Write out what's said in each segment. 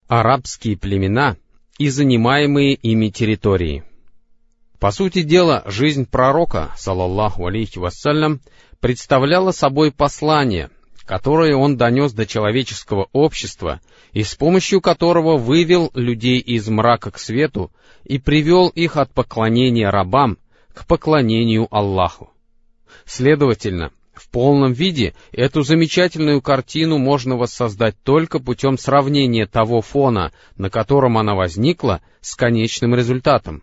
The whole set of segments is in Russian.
Арабские племена и занимаемые ими территории. По сути дела, жизнь пророка, саллаллаху алейхи вассалям, представляла собой послание, которое он донес до человеческого общества и с помощью которого вывел людей из мрака к свету и привел их от поклонения рабам к поклонению Аллаху. Следовательно, в полном виде эту замечательную картину можно воссоздать только путем сравнения того фона, на котором она возникла, с конечным результатом.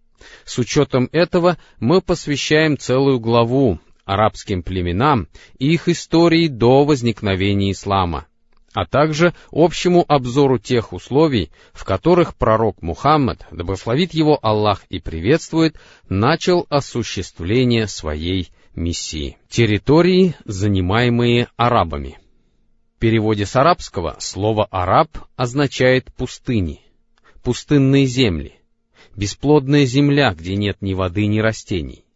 С учетом этого мы посвящаем целую главу арабским племенам и их истории до возникновения ислама, а также общему обзору тех условий, в которых пророк Мухаммад, да благословит его Аллах и приветствует, начал осуществление своей миссии. Территории, занимаемые арабами. В переводе с арабского слово «араб» означает «пустыни», «пустынные земли», «бесплодная земля, где нет ни воды, ни растений».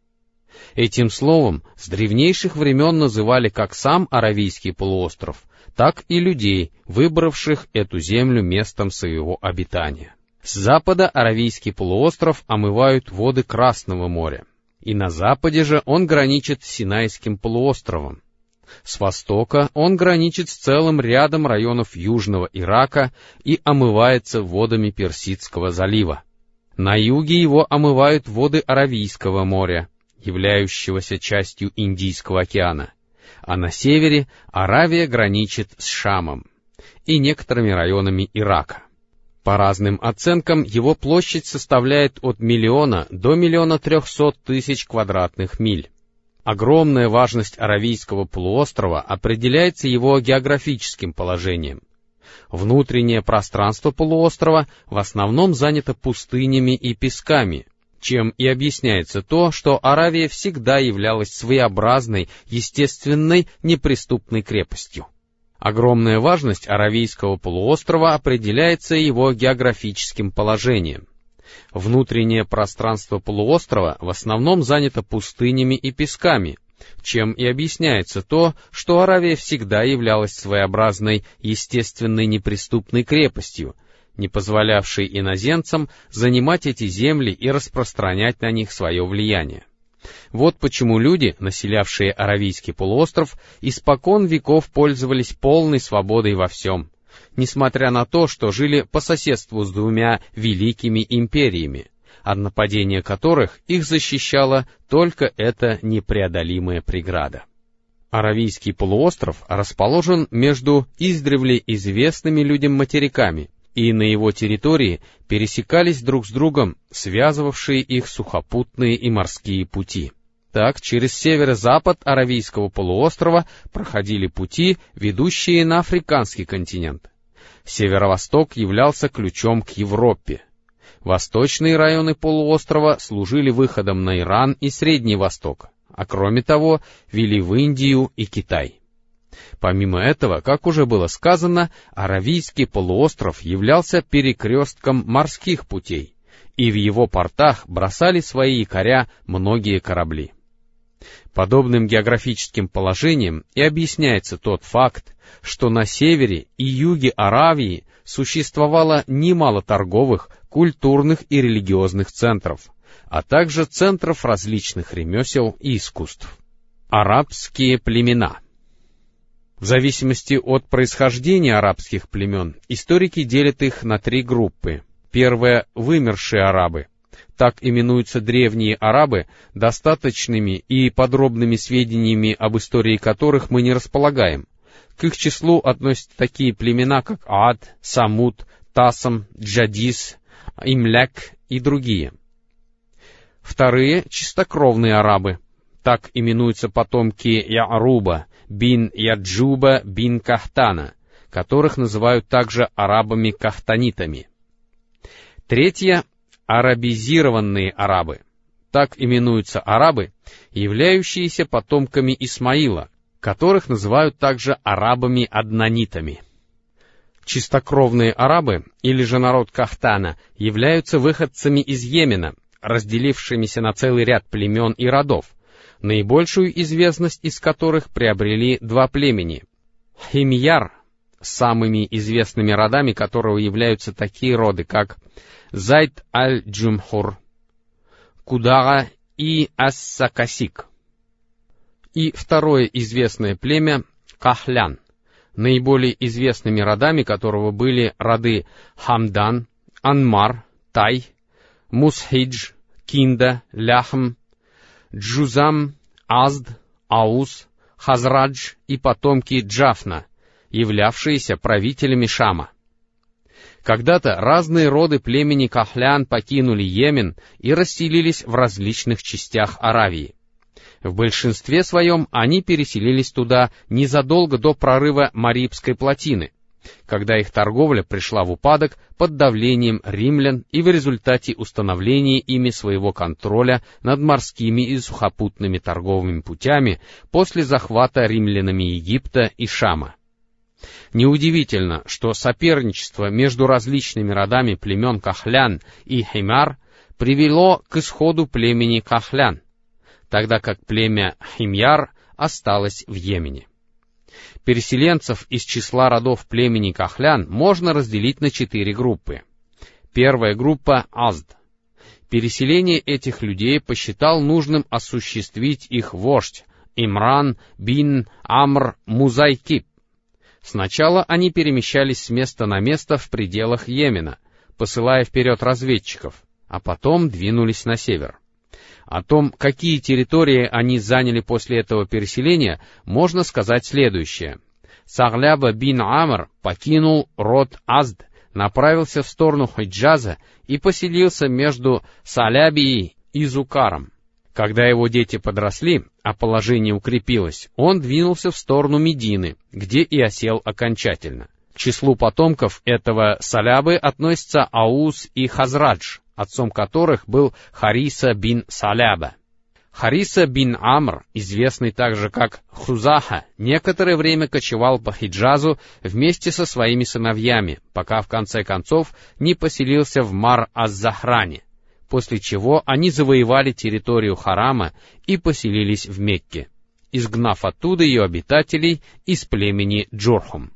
Этим словом с древнейших времен называли как сам Аравийский полуостров, так и людей, выбравших эту землю местом своего обитания. С запада Аравийский полуостров омывают воды Красного моря, и на западе же он граничит с Синайским полуостровом. С востока он граничит с целым рядом районов Южного Ирака и омывается водами Персидского залива. На юге его омывают воды Аравийского моря, являющегося частью Индийского океана, а на севере Аравия граничит с Шамом и некоторыми районами Ирака. По разным оценкам, его площадь составляет от 1 до 1 300 000 квадратных миль. Огромная важность Аравийского полуострова определяется его географическим положением. Внутреннее пространство полуострова в основном занято пустынями и песками, чем и объясняется то, что Аравия всегда являлась своеобразной, естественной, неприступной крепостью. Огромная важность Аравийского полуострова определяется его географическим положением. Внутреннее пространство полуострова в основном занято пустынями и песками, чем и объясняется то, что Аравия всегда являлась своеобразной, естественной, неприступной крепостью, не позволявшей иноземцам занимать эти земли и распространять на них свое влияние. Вот почему люди, населявшие Аравийский полуостров, испокон веков пользовались полной свободой во всем, несмотря на то, что жили по соседству с двумя великими империями, от нападения которых их защищала только эта непреодолимая преграда. Аравийский полуостров расположен между издревле известными людям материками, и на его территории пересекались друг с другом связывавшие их сухопутные и морские пути. Так, через северо-запад Аравийского полуострова проходили пути, ведущие на африканский континент. Северо-восток являлся ключом к Европе. Восточные районы полуострова служили выходом на Иран и Средний Восток, а кроме того, вели в Индию и Китай. Помимо этого, как уже было сказано, Аравийский полуостров являлся перекрестком морских путей, и в его портах бросали свои якоря многие корабли. Подобным географическим положением и объясняется тот факт, что на севере и юге Аравии существовало немало торговых, культурных и религиозных центров, а также центров различных ремесел и искусств. Арабские племена. В зависимости от происхождения арабских племен, историки делят их на 3 группы. Первая — вымершие арабы. Так именуются древние арабы, достаточными и подробными сведениями об истории которых мы не располагаем. К их числу относятся такие племена, как Ад, Самуд, Тасам, Джадис, Имляк и другие. Вторые — чистокровные арабы. Так именуются потомки Яруба, бин Яджуба, бин Кахтана, которых называют также арабами-кахтанитами. Третье — арабизированные арабы. Так именуются арабы, являющиеся потомками Исмаила, которых называют также арабами-аднанитами. Чистокровные арабы, или же народ Кахтана, являются выходцами из Йемена, разделившимися на целый ряд племен и родов, наибольшую известность из которых приобрели 2 племени — Химьяр самыми известными родами которого являются такие роды, как Зайд аль-Джумхур, Кудага и Ас-Сакасик. И второе известное племя — Кахлян, наиболее известными родами которого были роды Хамдан, Анмар, Тай, Мусхидж, Кинда, Ляхм, Джузам, Азд, Аус, Хазрадж и потомки Джафна, являвшиеся правителями Шама. Когда-то разные роды племени Кахлян покинули Йемен и расселились в различных частях Аравии. В большинстве своем они переселились туда незадолго до прорыва Марибской плотины, когда их торговля пришла в упадок под давлением римлян и в результате установления ими своего контроля над морскими и сухопутными торговыми путями после захвата римлянами Египта и Шама. Неудивительно, что соперничество между различными родами племен Кахлян и Химяр привело к исходу племени Кахлян, тогда как племя Химьяр осталось в Йемене. Переселенцев из числа родов племени Кахлян можно разделить на 4 группы. Первая группа — Азд. Переселение этих людей посчитал нужным осуществить их вождь Имран бин Амр Музайкиб. Сначала они перемещались с места на место в пределах Йемена, посылая вперед разведчиков, а потом двинулись на север. О том, какие территории они заняли после этого переселения, можно сказать следующее. Сагляба бин Амр покинул род Азд, направился в сторону Хиджаза и поселился между Салябией и Зукаром. Когда его дети подросли, а положение укрепилось, он двинулся в сторону Медины, где и осел окончательно. К числу потомков этого Салябы относятся Аус и Хазрадж, отцом которых был Хариса бин Саляба. Хариса бин Амр, известный также как Хузаха, некоторое время кочевал по Хиджазу вместе со своими сыновьями, пока в конце концов не поселился в Мар-аз-Захране, после чего они завоевали территорию Харама и поселились в Мекке, изгнав оттуда ее обитателей из племени Джурхум.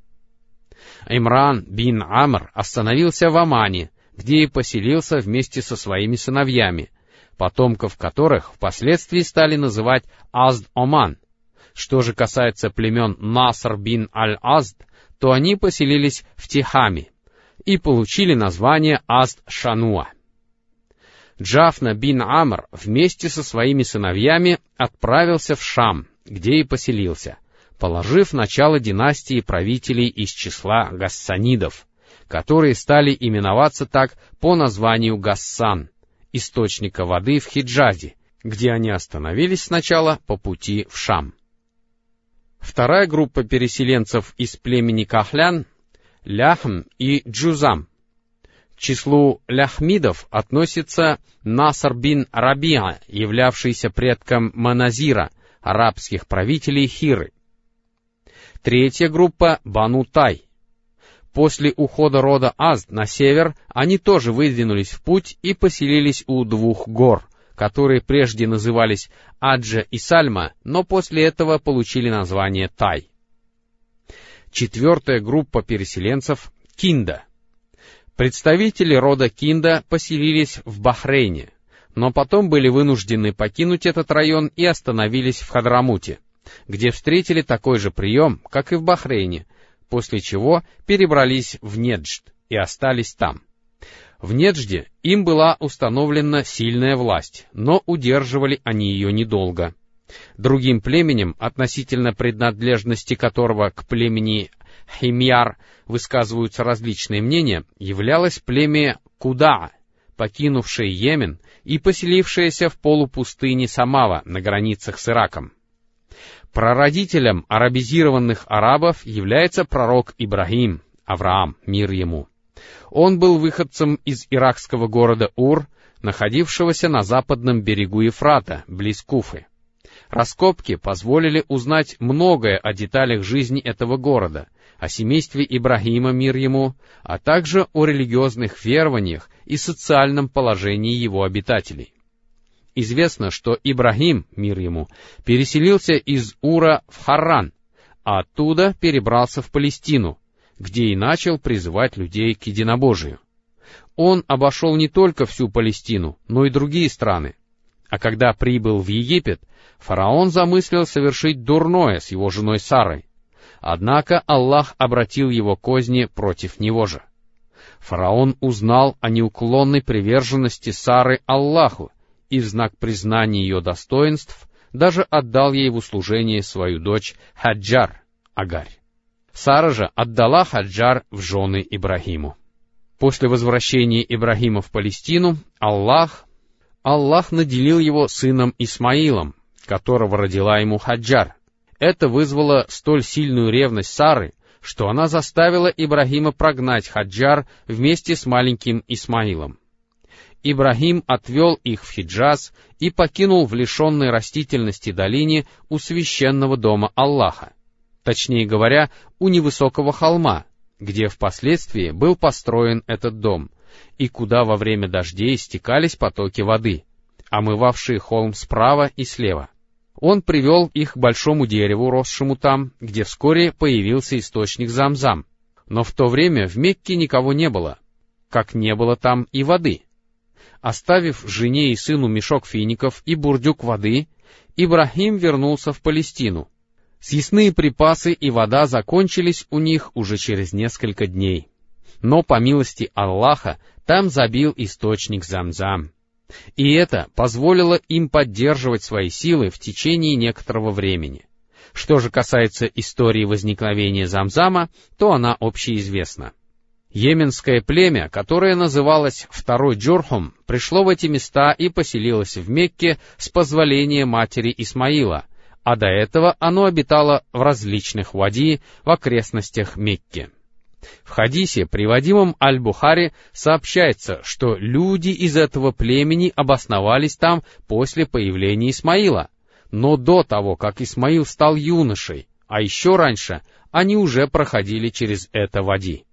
Имран бин Амр остановился в Омане, где и поселился вместе со своими сыновьями, потомков которых впоследствии стали называть Азд-Оман. Что же касается племен Наср бин Аль-Азд, то они поселились в Тихаме и получили название Азд-Шануа. Джафна бин Амр вместе со своими сыновьями отправился в Шам, где и поселился, положив начало династии правителей из числа гассанидов, которые стали именоваться так по названию Гассан, источника воды в Хиджазе, где они остановились сначала по пути в Шам. Вторая группа переселенцев из племени Кахлян — Ляхм и Джузам. К числу ляхмидов относится Наср бин Рабиа, являвшийся предком Маназира, арабских правителей Хиры. Третья группа — Бану Тай. После ухода рода Азд на север они тоже выдвинулись в путь и поселились у 2 гор, которые прежде назывались Аджа и Сальма, но после этого получили название Тай. Четвертая группа переселенцев — Кинда. Представители рода Кинда поселились в Бахрейне, но потом были вынуждены покинуть этот район и остановились в Хадрамуте, где встретили такой же прием, как и в Бахрейне, после чего перебрались в Неджд и остались там. В Неджде им была установлена сильная власть, но удерживали они ее недолго. Другим племенем, относительно принадлежности которого к племени Химьяр высказываются различные мнения, являлось племя Кудаа, покинувшее Йемен и поселившееся в полупустыне Самава на границах с Ираком. Прародителем арабизированных арабов является пророк Ибрагим, Авраам, мир ему. Он был выходцем из иракского города Ур, находившегося на западном берегу Ефрата, близ Куфы. Раскопки позволили узнать многое о деталях жизни этого города, о семействе Ибрагима, мир ему, а также о религиозных верованиях и социальном положении его обитателей. Известно, что Ибрагим, мир ему, переселился из Ура в Харран, а оттуда перебрался в Палестину, где и начал призывать людей к единобожию. Он обошел не только всю Палестину, но и другие страны. А когда прибыл в Египет, фараон замыслил совершить дурное с его женой Сарой. Однако Аллах обратил его козни против него же. Фараон узнал о неуклонной приверженности Сары Аллаху и в знак признания ее достоинств даже отдал ей в услужение свою дочь Хаджар, Агарь. Сара же отдала Хаджар в жены Ибрахиму. После возвращения Ибрахима в Палестину Аллах наделил его сыном Исмаилом, которого родила ему Хаджар. Это вызвало столь сильную ревность Сары, что она заставила Ибрахима прогнать Хаджар вместе с маленьким Исмаилом. Ибрахим отвел их в Хиджаз и покинул в лишенной растительности долине у священного дома Аллаха, точнее говоря, у невысокого холма, где впоследствии был построен этот дом, и куда во время дождей стекались потоки воды, омывавшие холм справа и слева. Он привел их к большому дереву, росшему там, где вскоре появился источник Замзам. Но в то время в Мекке никого не было, как не было там и воды. Оставив жене и сыну мешок фиников и бурдюк воды, Ибрахим вернулся в Палестину. Съестные припасы и вода закончились у них уже через несколько дней. Но по милости Аллаха там забил источник Замзам. И это позволило им поддерживать свои силы в течение некоторого времени. Что же касается истории возникновения Замзама, то она общеизвестна. Йеменское племя, которое называлось Второй Джурхум, пришло в эти места и поселилось в Мекке с позволения матери Исмаила, а до этого оно обитало в различных вади в окрестностях Мекки. В хадисе, приводимом Аль-Бухари, сообщается, что люди из этого племени обосновались там после появления Исмаила, но до того, как Исмаил стал юношей, а еще раньше, они уже проходили через это вади.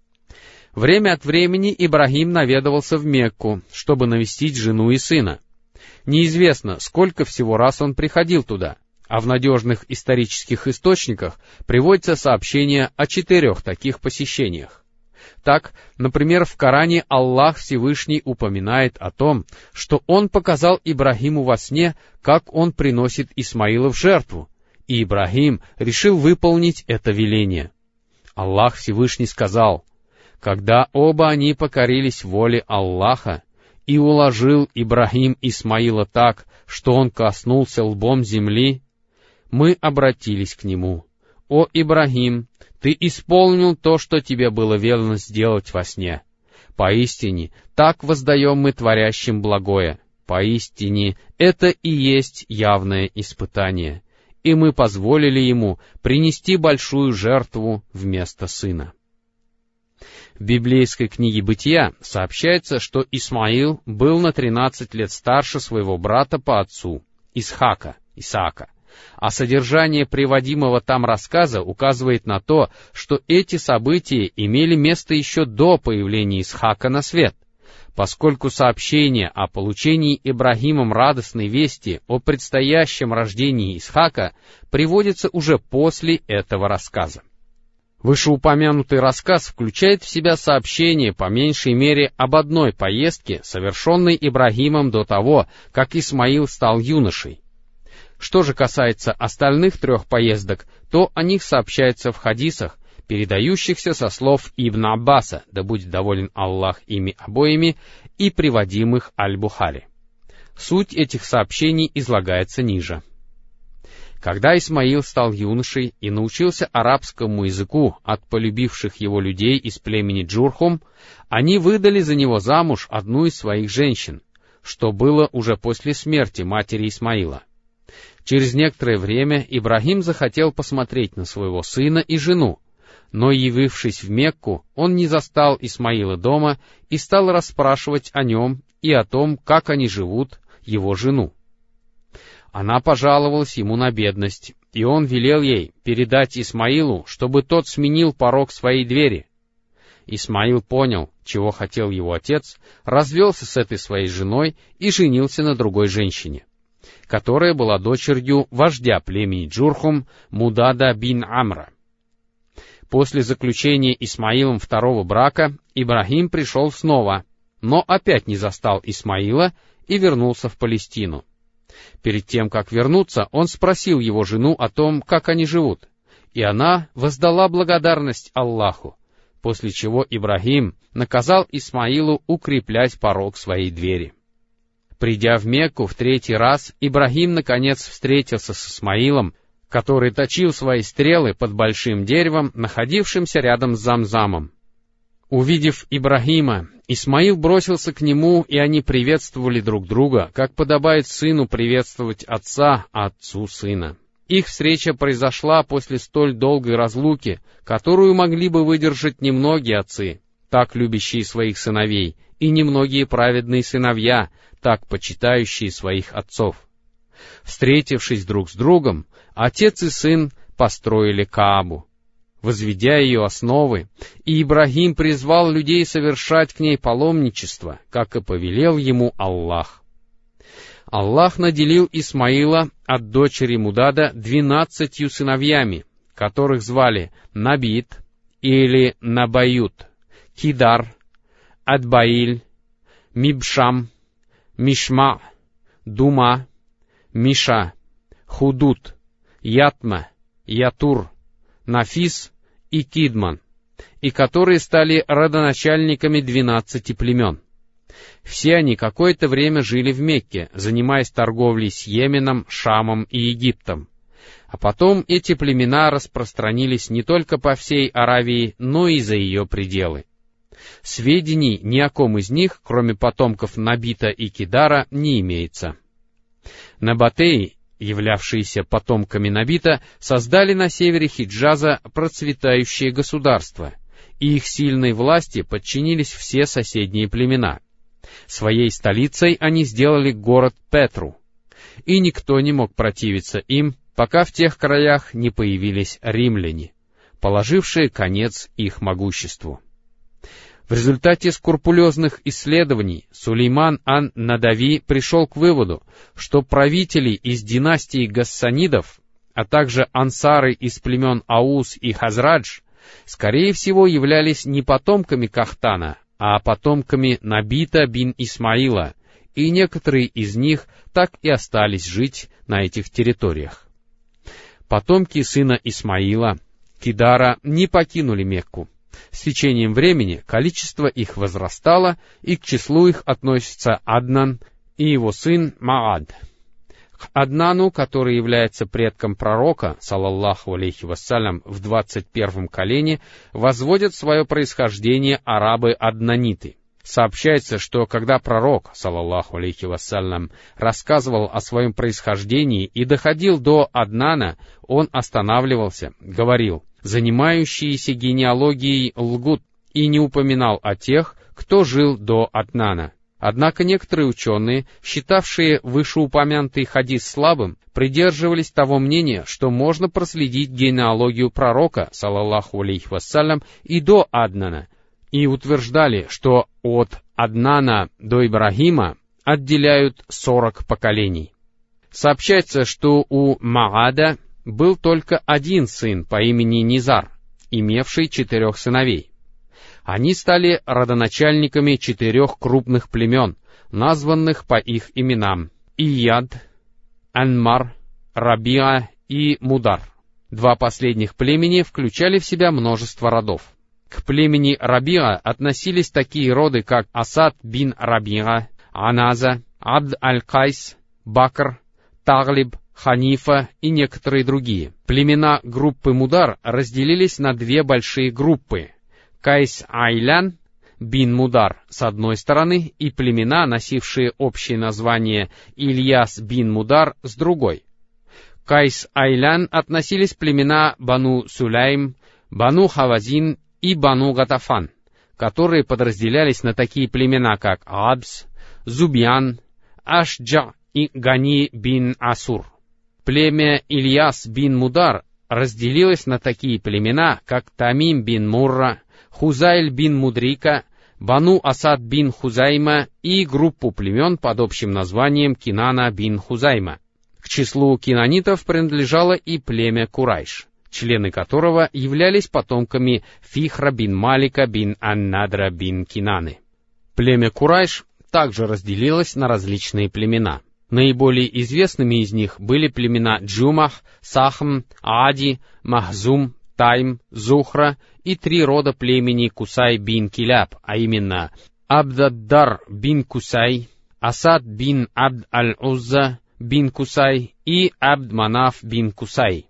Время от времени Ибрахим наведывался в Мекку, чтобы навестить жену и сына. Неизвестно, сколько всего раз он приходил туда, а в надежных исторических источниках приводится сообщение о 4 таких посещениях. Так, например, в Коране Аллах Всевышний упоминает о том, что Он показал Ибрахиму во сне, как он приносит Исмаила в жертву, и Ибрахим решил выполнить это веление. Аллах Всевышний сказал: «Когда оба они покорились воле Аллаха, и уложил Ибрахим Исмаила так, что он коснулся лбом земли, мы обратились к нему: «О Ибрахим, ты исполнил то, что тебе было велено сделать во сне. Поистине, так воздаем мы творящим благое. Поистине, это и есть явное испытание. И мы позволили ему принести большую жертву вместо сына». В библейской книге «Бытия» сообщается, что Исмаил был на 13 лет старше своего брата по отцу, Исаака, а содержание приводимого там рассказа указывает на то, что эти события имели место еще до появления Исхака на свет, поскольку сообщение о получении Ибрахимом радостной вести о предстоящем рождении Исхака приводится уже после этого рассказа. Вышеупомянутый рассказ включает в себя сообщение по меньшей мере об одной поездке, совершенной Ибрахимом до того, как Исмаил стал юношей. Что же касается остальных 3 поездок, то о них сообщается в хадисах, передающихся со слов Ибн Аббаса, да будет доволен Аллах ими обоими, и приводимых Аль-Бухари. Суть этих сообщений излагается ниже. Когда Исмаил стал юношей и научился арабскому языку от полюбивших его людей из племени Джурхум, они выдали за него замуж одну из своих женщин, что было уже после смерти матери Исмаила. Через некоторое время Ибрахим захотел посмотреть на своего сына и жену, но, явившись в Мекку, он не застал Исмаила дома и стал расспрашивать о нем и о том, как они живут, его жену. Она пожаловалась ему на бедность, и он велел ей передать Исмаилу, чтобы тот сменил порог своей двери. Исмаил понял, чего хотел его отец, развелся с этой своей женой и женился на другой женщине, которая была дочерью вождя племени Джурхум Мудада бин Амра. После заключения Исмаилом второго брака Ибрахим пришел снова, но опять не застал Исмаила и вернулся в Палестину. Перед тем, как вернуться, он спросил его жену о том, как они живут, и она воздала благодарность Аллаху, после чего Ибрахим наказал Исмаилу укреплять порог своей двери. Придя в Мекку в третий раз, Ибрахим наконец встретился с Исмаилом, который точил свои стрелы под большим деревом, находившимся рядом с Замзамом. Увидев Ибрахима, Исмаил бросился к нему, и они приветствовали друг друга, как подобает сыну приветствовать отца, а отцу сына. Их встреча произошла после столь долгой разлуки, которую могли бы выдержать немногие отцы, так любящие своих сыновей, и немногие праведные сыновья, так почитающие своих отцов. Встретившись друг с другом, отец и сын построили Каабу, возведя ее основы, и Ибрахим призвал людей совершать к ней паломничество, как и повелел ему Аллах. Аллах наделил Исмаила от дочери Мудада 12 сыновьями, которых звали Набит или Набают, Кидар, Адбаиль, Мибшам, Мишма, Дума, Миша, Худут, Ятма, Ятур, Нафис и Кидман, и которые стали родоначальниками 12 племен. Все они какое-то время жили в Мекке, занимаясь торговлей с Йеменом, Шамом и Египтом. А потом эти племена распространились не только по всей Аравии, но и за ее пределы. Сведений ни о ком из них, кроме потомков Набита и Кидара, не имеется. Набатеи, являвшиеся потомками Набита, создали на севере Хиджаза процветающее государство, и их сильной власти подчинились все соседние племена. Своей столицей они сделали город Петру, и никто не мог противиться им, пока в тех краях не появились римляне, положившие конец их могуществу. В результате скрупулезных исследований Сулейман ан-Надави пришел к выводу, что правители из династии Гассанидов, а также ансары из племен Аус и Хазрадж, скорее всего являлись не потомками Кахтана, а потомками Набита бин Исмаила, и некоторые из них так и остались жить на этих территориях. Потомки сына Исмаила, Кидара, не покинули Мекку. С течением времени количество их возрастало, и к числу их относятся Аднан и его сын Маад. К Аднану, который является предком пророка, салаллаху алейхи вассалям, в 21-м колене, возводят свое происхождение арабы-аднаниты. Сообщается, что когда пророк, салаллаху алейхи вассалям, рассказывал о своем происхождении и доходил до Аднана, он останавливался, говорил: «Занимающиеся генеалогией лгут», и не упоминал о тех, кто жил до Аднана. Однако некоторые ученые, считавшие вышеупомянутый хадис слабым, придерживались того мнения, что можно проследить генеалогию пророка, салаллаху алейхи вассалям, и до Аднана, и утверждали, что от Аднана до Ибрахима отделяют 40 поколений. Сообщается, что у Маада был только один сын по имени Низар, имевший 4 сыновей. Они стали родоначальниками 4 крупных племен, названных по их именам: Ияд, Анмар, Рабиа и Мудар. 2 последних племени включали в себя множество родов. К племени Рабиа относились такие роды, как Асад бин Рабиа, Аназа, Абд аль-Кайс, Бакр, Таглиб, Ханифа и некоторые другие. Племена группы Мудар разделились на 2 большие группы: Кайс-Айлян бин Мудар с одной стороны и племена, носившие общее название Ильяс бин Мудар, с другой. К Кайс-Айлян относились племена Бану Сулейм, Бану Хавазин и Бану Гатафан, которые подразделялись на такие племена, как Абс, Зубьян, Ашджа и Гани бин Асур. Племя Ильяс бин Мудар разделилось на такие племена, как Тамим бин Мурра, Хузайль бин Мудрика, Бану Асад бин Хузайма и группу племен под общим названием Кинана бин Хузайма. К числу кинанитов принадлежало и племя Курайш. члены которого являлись потомками Фихра бин Малика бин Ан-Надра бин Кинаны. Племя Курайш также разделилось на различные племена. Наиболее известными из них были племена Джумах, Сахм, Ади, Махзум, Тайм, Зухра и 3 рода племени Кусай бин Киляб, а именно Абдаддар бин Кусай, Асад бин Абд-аль-Узза бин Кусай и Абд-Манаф бин Кусай.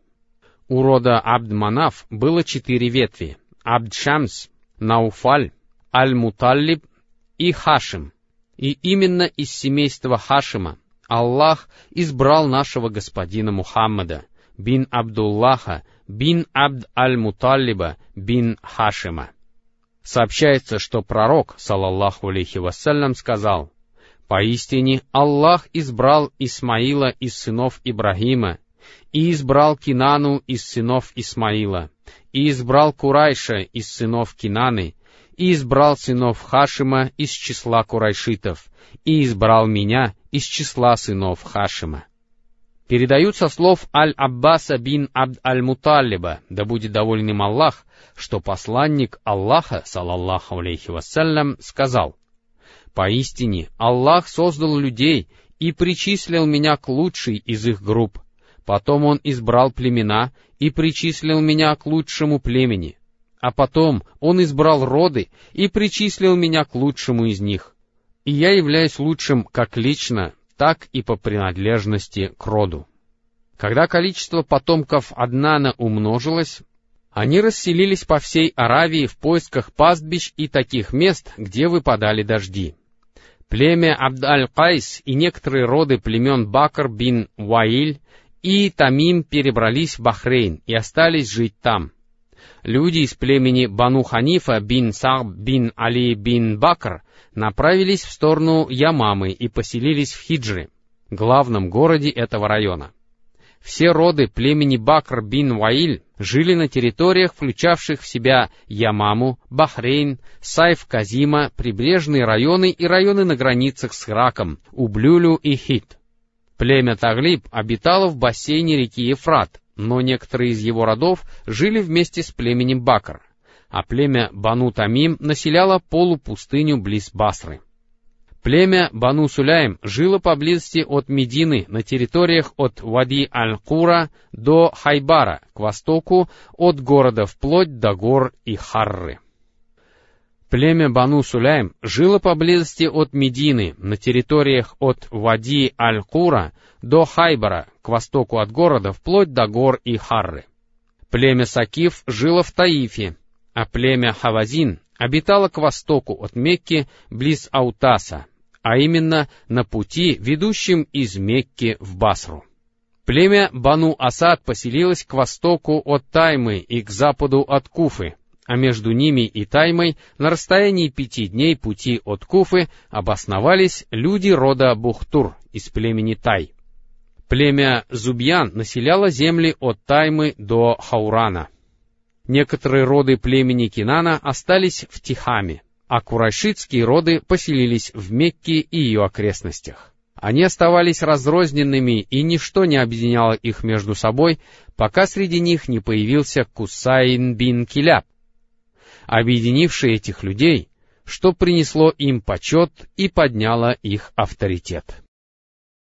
У рода Абд-Манаф было 4 ветви: Абд-Шамс, Науфаль, Аль-Муталлиб и Хашим. И именно из семейства Хашима Аллах избрал нашего господина Мухаммада бин Абдуллаха бин Абд-аль-Муталлиба бин Хашима. Сообщается, что пророк, саллаллаху алейхи вассалям, сказал: «Поистине Аллах избрал Исмаила из сынов Ибрагима, и избрал Кинану из сынов Исмаила, и избрал Курайша из сынов Кинаны, и избрал сынов Хашима из числа курайшитов, и избрал меня из числа сынов Хашима». Передают со слов Аль-Аббаса бин Абд-аль-Муталлиба, да будет доволен им Аллах, что посланник Аллаха, саллаллаху алейхи вассалям, сказал: «Поистине Аллах создал людей и причислил меня к лучшей из их групп. Потом Он избрал племена и причислил меня к лучшему племени. А потом Он избрал роды и причислил меня к лучшему из них. И я являюсь лучшим как лично, так и по принадлежности к роду». Когда количество потомков Аднана умножилось, они расселились по всей Аравии в поисках пастбищ и таких мест, где выпадали дожди. Племя Абд-аль-Кайс и некоторые роды племен Бакр бин Ваиль и Тамим перебрались в Бахрейн и остались жить там. Люди из племени Бану Ханифа бин Са'б бин Али бин Бакр направились в сторону Ямамы и поселились в Хиджре, главном городе этого района. Все роды племени Бакр бин Ваиль жили на территориях, включавших в себя Ямаму, Бахрейн, Сайф-Казима, прибрежные районы и районы на границах с Ираком, Ублюлю и Хит. Племя Таглиб обитало в бассейне реки Ефрат, но некоторые из его родов жили вместе с племенем Бакр, а племя Бану Тамим населяло полупустыню близ Басры. Племя Бану Суляйм жило поблизости от Медины на территориях от Вади-аль-Кура до Хайбара, к востоку от города вплоть до гор и Харры. Племя Бану Суляйм жило поблизости от Медины на территориях от Вади-аль-Кура до Хайбара, к востоку от города вплоть до гор и Харры. Племя Сакиф жило в Таифе, а племя Хавазин обитало к востоку от Мекки близ Аутаса, а именно на пути, ведущем из Мекки в Басру. Племя Бану Асад поселилось к востоку от Таймы и к западу от Куфы, а между ними и Таймой на расстоянии 5 дней пути от Куфы обосновались люди рода Бухтур из племени Тай. Племя Зубьян населяло земли от Таймы до Хаурана. Некоторые роды племени Кинана остались в Тихаме, а курайшитские роды поселились в Мекке и ее окрестностях. Они оставались разрозненными, и ничто не объединяло их между собой, пока среди них не появился Кусайн бин Киляб, объединивший этих людей, что принесло им почет и подняло их авторитет.